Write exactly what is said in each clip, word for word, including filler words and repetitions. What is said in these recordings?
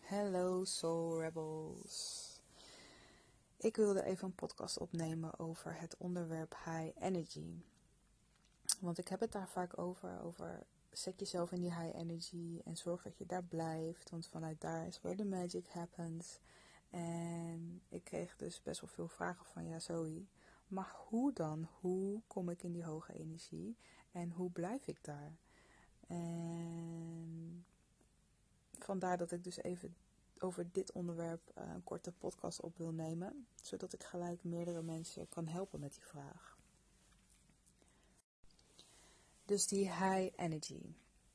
Hello Soul Rebels. Ik wilde even een podcast opnemen over het onderwerp high energy. Want ik heb het daar vaak over, over zet jezelf in die high energy en zorg dat je daar blijft. Want vanuit daar is where the magic happens. En ik kreeg dus best wel veel vragen van ja Zoe, maar hoe dan? Hoe kom ik in die hoge energie en hoe blijf ik daar? En vandaar dat ik dus even over dit onderwerp uh, een korte podcast op wil nemen. Zodat ik gelijk meerdere mensen kan helpen met die vraag. Dus die high energy.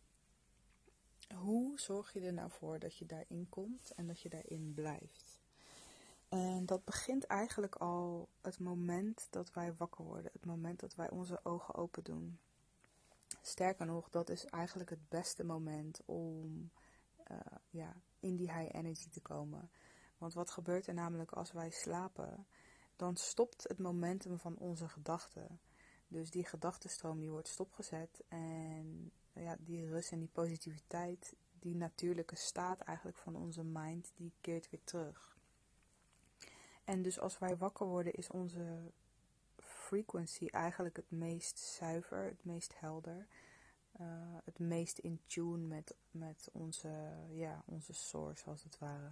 Hoe zorg je er nou voor dat je daarin komt en dat je daarin blijft? En dat begint eigenlijk al het moment dat wij wakker worden. Het moment dat wij onze ogen open doen. Sterker nog, dat is eigenlijk het beste moment om uh, ja, in die high energy te komen. Want wat gebeurt er namelijk als wij slapen? Dan stopt het momentum van onze gedachten. Dus die gedachtenstroom die wordt stopgezet. En ja, die rust en die positiviteit, die natuurlijke staat eigenlijk van onze mind, die keert weer terug. En dus als wij wakker worden is onze frequency eigenlijk het meest zuiver, het meest helder. Uh, het meest in tune met, met onze, ja, onze source als het ware.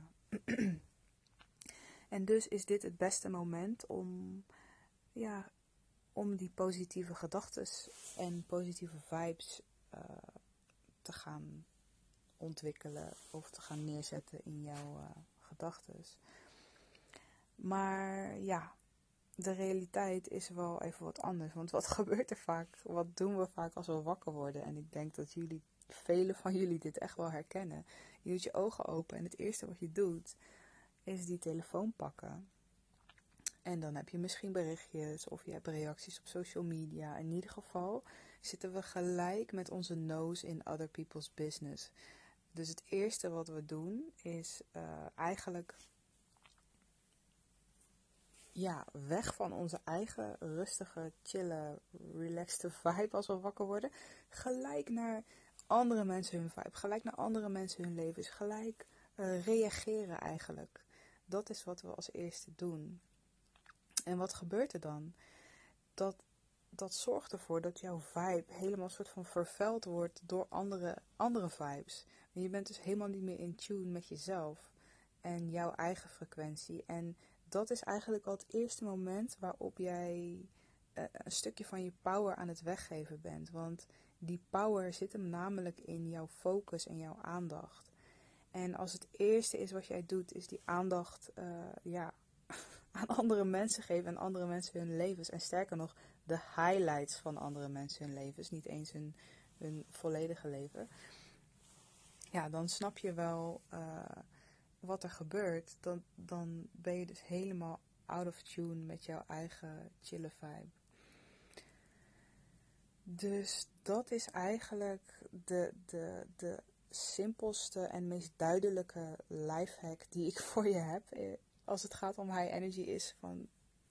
En dus is dit het beste moment om, ja, om die positieve gedachten en positieve vibes uh, te gaan ontwikkelen of te gaan neerzetten in jouw uh, gedachten. Maar ja, de realiteit is wel even wat anders. Want wat gebeurt er vaak? Wat doen we vaak als we wakker worden? En ik denk dat jullie, velen van jullie dit echt wel herkennen. Je doet je ogen open en het eerste wat je doet is die telefoon pakken. En dan heb je misschien berichtjes of je hebt reacties op social media. In ieder geval zitten we gelijk met onze nose in other people's business. Dus het eerste wat we doen is uh, eigenlijk ja, weg van onze eigen rustige, chille, relaxed vibe als we wakker worden. Gelijk naar andere mensen hun vibe. Gelijk naar andere mensen hun levens. Gelijk uh, reageren eigenlijk. Dat is wat we als eerste doen. En wat gebeurt er dan? Dat, dat zorgt ervoor dat jouw vibe helemaal soort van vervuild wordt door andere, andere vibes. En je bent dus helemaal niet meer in tune met jezelf en jouw eigen frequentie. En dat is eigenlijk al het eerste moment waarop jij uh, een stukje van je power aan het weggeven bent. Want die power zit hem namelijk in jouw focus en jouw aandacht. En als het eerste is wat jij doet, is die aandacht uh, ja, aan andere mensen geven en andere mensen hun levens. En sterker nog, de highlights van andere mensen hun levens. Niet eens hun, hun volledige leven. Ja, dan snap je wel uh, wat er gebeurt. Dan, dan ben je dus helemaal out of tune met jouw eigen chille vibe. Dus dat is eigenlijk de, de, de simpelste en meest duidelijke lifehack die ik voor je heb. Als het gaat om high energy is van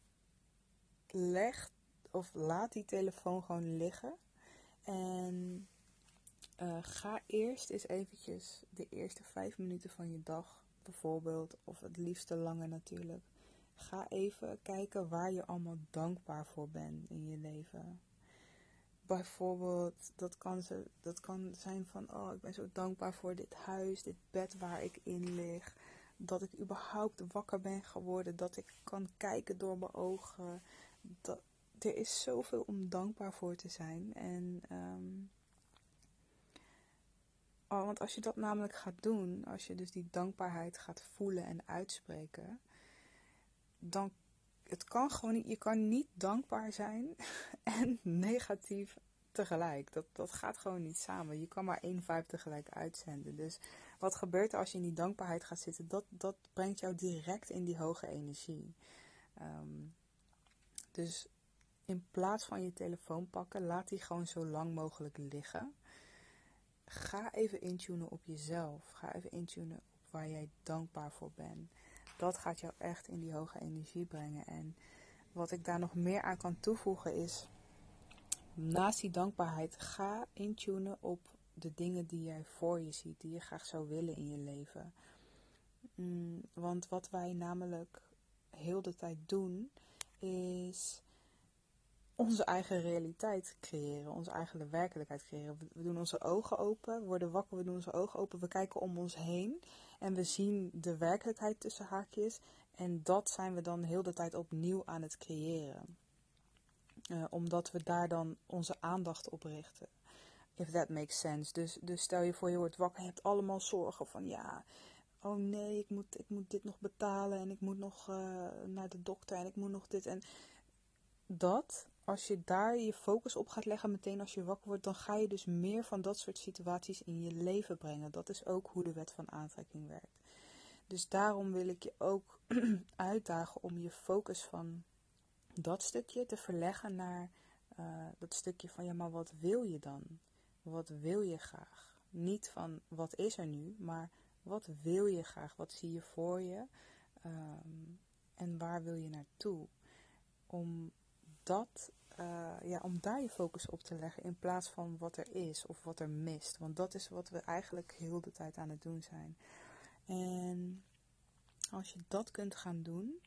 leg of laat die telefoon gewoon liggen. En uh, ga eerst eens eventjes de eerste vijf minuten van je dag bijvoorbeeld, of het liefste langer natuurlijk. Ga even kijken waar je allemaal dankbaar voor bent in je leven. Bijvoorbeeld, dat kan, ze, dat kan zijn van, oh, ik ben zo dankbaar voor dit huis, dit bed waar ik in lig. Dat ik überhaupt wakker ben geworden, dat ik kan kijken door mijn ogen. Dat, er is zoveel om dankbaar voor te zijn. En, um, oh, want als je dat namelijk gaat doen, als je dus die dankbaarheid gaat voelen en uitspreken, dan het kan gewoon niet, je kan niet dankbaar zijn en negatief tegelijk. Dat, dat gaat gewoon niet samen. Je kan maar één vibe tegelijk uitzenden. Dus wat gebeurt er als je in die dankbaarheid gaat zitten? Dat, dat brengt jou direct in die hoge energie. Um, dus in plaats van je telefoon pakken, laat die gewoon zo lang mogelijk liggen. Ga even intunen op jezelf. Ga even intunen op waar jij dankbaar voor bent. Dat gaat jou echt in die hoge energie brengen. En wat ik daar nog meer aan kan toevoegen is, naast die dankbaarheid, ga intunen op de dingen die jij voor je ziet, die je graag zou willen in je leven. Mm, want wat wij namelijk heel de tijd doen, is onze eigen realiteit creëren, onze eigen werkelijkheid creëren. We, we doen onze ogen open, we worden wakker, we doen onze ogen open, we kijken om ons heen en we zien de werkelijkheid tussen haakjes. En dat zijn we dan heel de tijd opnieuw aan het creëren. Uh, omdat we daar dan onze aandacht op richten. If that makes sense. Dus, dus stel je voor, je wordt wakker en je hebt allemaal zorgen van ja, oh nee, ik moet, ik moet dit nog betalen en ik moet nog uh, naar de dokter en ik moet nog dit en dat. Als je daar je focus op gaat leggen meteen als je wakker wordt, dan ga je dus meer van dat soort situaties in je leven brengen. Dat is ook hoe de wet van aantrekking werkt. Dus daarom wil ik je ook uitdagen om je focus van dat stukje te verleggen naar uh, dat stukje van ja, maar wat wil je dan? Wat wil je graag? Niet van wat is er nu, maar wat wil je graag? Wat zie je voor je? Um, en waar wil je naartoe? Om dat, uh, ja, om daar je focus op te leggen in plaats van wat er is of wat er mist. Want dat is wat we eigenlijk heel de tijd aan het doen zijn. En als je dat kunt gaan doen,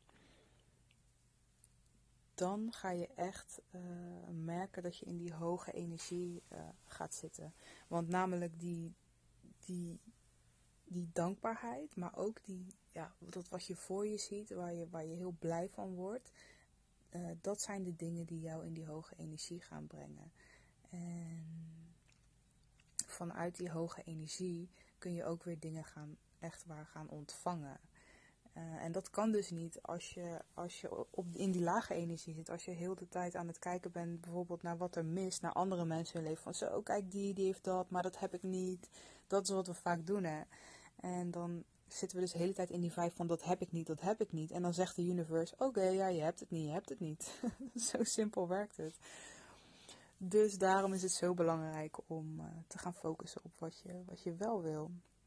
dan ga je echt uh, merken dat je in die hoge energie uh, gaat zitten. Want namelijk die, die, die dankbaarheid, maar ook die, ja, dat wat je voor je ziet, waar je, waar je heel blij van wordt. Uh, dat zijn de dingen die jou in die hoge energie gaan brengen. En vanuit die hoge energie kun je ook weer dingen gaan, echt waar gaan ontvangen. Uh, en dat kan dus niet als je, als je op, in die lage energie zit. Als je heel de tijd aan het kijken bent bijvoorbeeld naar wat er mist, naar andere mensen in hun leven. Van zo, kijk die, die heeft dat, maar dat heb ik niet. Dat is wat we vaak doen, hè. En dan zitten we dus de hele tijd in die vibe van dat heb ik niet, dat heb ik niet. En dan zegt de universe, oké, okay, ja, je hebt het niet, je hebt het niet. Zo simpel werkt het. Dus daarom is het zo belangrijk om uh, te gaan focussen op wat je, wat je wel wil.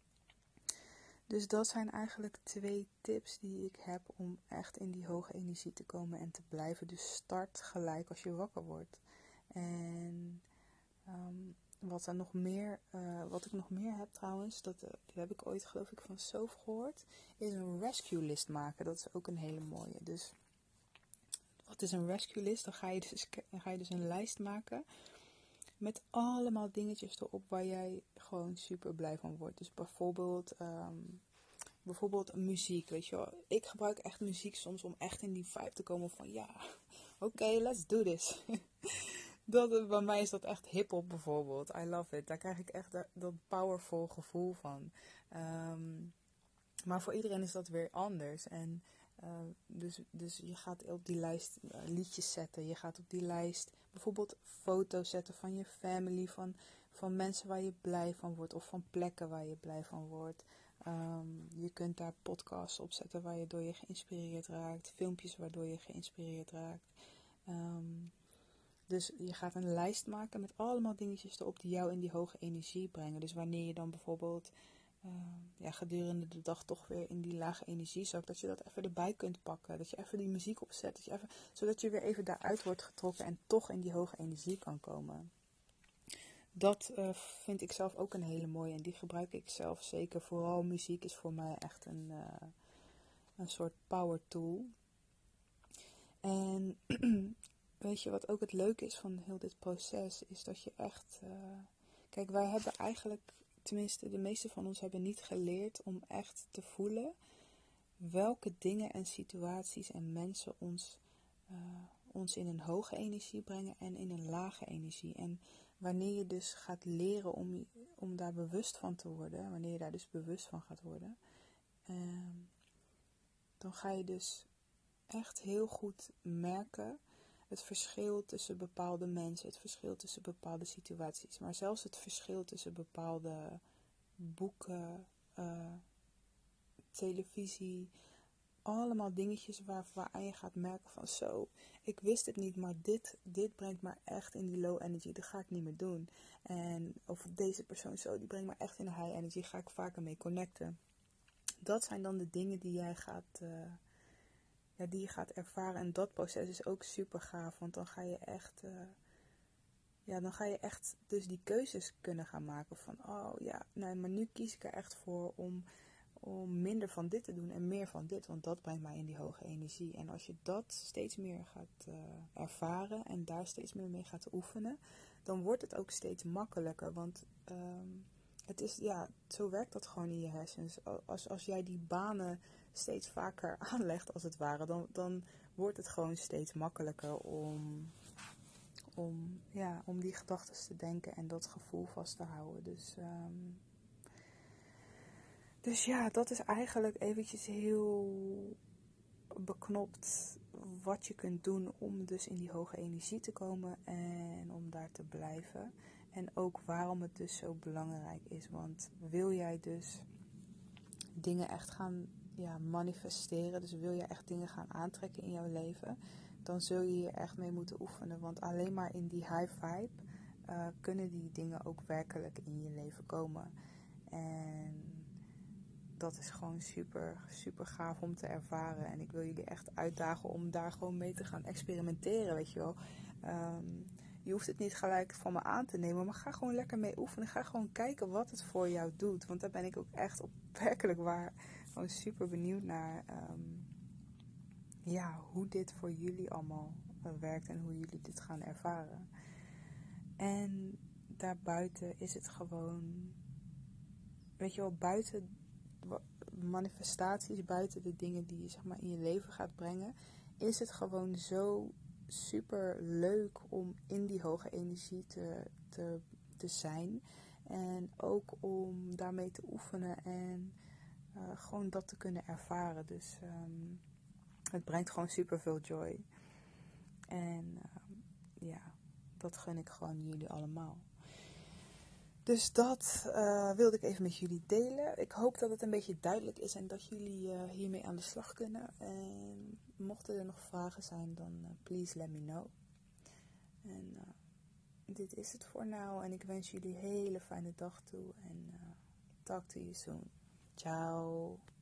Dus dat zijn eigenlijk twee tips die ik heb om echt in die hoge energie te komen en te blijven. Dus start gelijk als je wakker wordt. En um, wat er nog meer, uh, wat ik nog meer heb trouwens, dat, uh, dat heb ik ooit geloof ik van Soph gehoord, is een rescue list maken. Dat is ook een hele mooie. Dus wat is een rescue list? Dan ga je dus, dan ga je dus een lijst maken met allemaal dingetjes erop waar jij gewoon super blij van wordt. Dus bijvoorbeeld, um, bijvoorbeeld muziek, weet je wel. Ik gebruik echt muziek soms om echt in die vibe te komen van ja, oké, okay, let's do this. dat, bij mij is dat echt hip-hop bijvoorbeeld. I love it. Daar krijg ik echt dat, dat powerful gevoel van. Um, maar voor iedereen is dat weer anders. En uh, dus, dus je gaat op die lijst uh, liedjes zetten. Je gaat op die lijst bijvoorbeeld foto's zetten van je family. Van, van mensen waar je blij van wordt. Of van plekken waar je blij van wordt. Um, je kunt daar podcasts op zetten waar je door je geïnspireerd raakt. Filmpjes waardoor je geïnspireerd raakt. Um, dus je gaat een lijst maken met allemaal dingetjes erop die jou in die hoge energie brengen. Dus wanneer je dan bijvoorbeeld Uh, ja, gedurende de dag toch weer in die lage energie zakt, dat je dat even erbij kunt pakken. Dat je even die muziek opzet, dat je even, zodat je weer even daaruit wordt getrokken en toch in die hoge energie kan komen. Dat uh, vind ik zelf ook een hele mooie en die gebruik ik zelf zeker. Vooral muziek is voor mij echt een, uh, een soort power tool. En weet je wat ook het leuke is van heel dit proces, is dat je echt... Uh, kijk, wij hebben eigenlijk... Tenminste, de meeste van ons hebben niet geleerd om echt te voelen welke dingen en situaties en mensen ons, uh, ons in een hoge energie brengen en in een lage energie. En wanneer je dus gaat leren om, om daar bewust van te worden, wanneer je daar dus bewust van gaat worden, uh, dan ga je dus echt heel goed merken het verschil tussen bepaalde mensen, het verschil tussen bepaalde situaties, maar zelfs het verschil tussen bepaalde boeken, uh, televisie, allemaal dingetjes waar, waaraan je gaat merken van zo, ik wist het niet, maar dit, dit brengt me echt in die low energy, dat ga ik niet meer doen. En of deze persoon zo, die brengt me echt in de high energy, ga ik vaker mee connecten. Dat zijn dan de dingen die jij gaat... Uh, Ja, die je gaat ervaren. En dat proces is ook super gaaf. Want dan ga je echt... Uh, ja, dan ga je echt dus die keuzes kunnen gaan maken. Van, oh ja, nee, maar nu kies ik er echt voor om, om minder van dit te doen en meer van dit. Want dat brengt mij in die hoge energie. En als je dat steeds meer gaat uh, ervaren en daar steeds meer mee gaat oefenen, dan wordt het ook steeds makkelijker. Want um, het is, ja, zo werkt dat gewoon in je hersens. Als, als jij die banen steeds vaker aanlegt, als het ware, dan, dan wordt het gewoon steeds makkelijker om, om, ja, om die gedachten te denken en dat gevoel vast te houden. Dus, um, dus ja, dat is eigenlijk eventjes heel beknopt wat je kunt doen om dus in die hoge energie te komen en om daar te blijven. En ook waarom het dus zo belangrijk is. Want wil jij dus dingen echt gaan ja, manifesteren, dus wil jij echt dingen gaan aantrekken in jouw leven, dan zul je hier echt mee moeten oefenen. Want alleen maar in die high vibe uh, kunnen die dingen ook werkelijk in je leven komen. En dat is gewoon super, super gaaf om te ervaren. En ik wil jullie echt uitdagen om daar gewoon mee te gaan experimenteren, weet je wel. Um, je hoeft het niet gelijk van me aan te nemen, maar ga gewoon lekker mee oefenen. Ga gewoon kijken wat het voor jou doet. Want daar ben ik ook echt op werkelijk waar gewoon super benieuwd naar. Um, ja, hoe dit voor jullie allemaal uh, werkt en hoe jullie dit gaan ervaren. En daarbuiten is het gewoon, weet je wel, buiten manifestaties, buiten de dingen die je zeg maar in je leven gaat brengen, is het gewoon zo super leuk om in die hoge energie te, te, te zijn. En ook om daarmee te oefenen en uh, gewoon dat te kunnen ervaren. Dus um, het brengt gewoon super veel joy. En uh, ja, dat gun ik gewoon jullie allemaal. Dus dat uh, wilde ik even met jullie delen. Ik hoop dat het een beetje duidelijk is en dat jullie uh, hiermee aan de slag kunnen. En mochten er nog vragen zijn, dan uh, please let me know. En uh, dit is het voor nu. En ik wens jullie een hele fijne dag toe. En uh, talk to you soon. Ciao.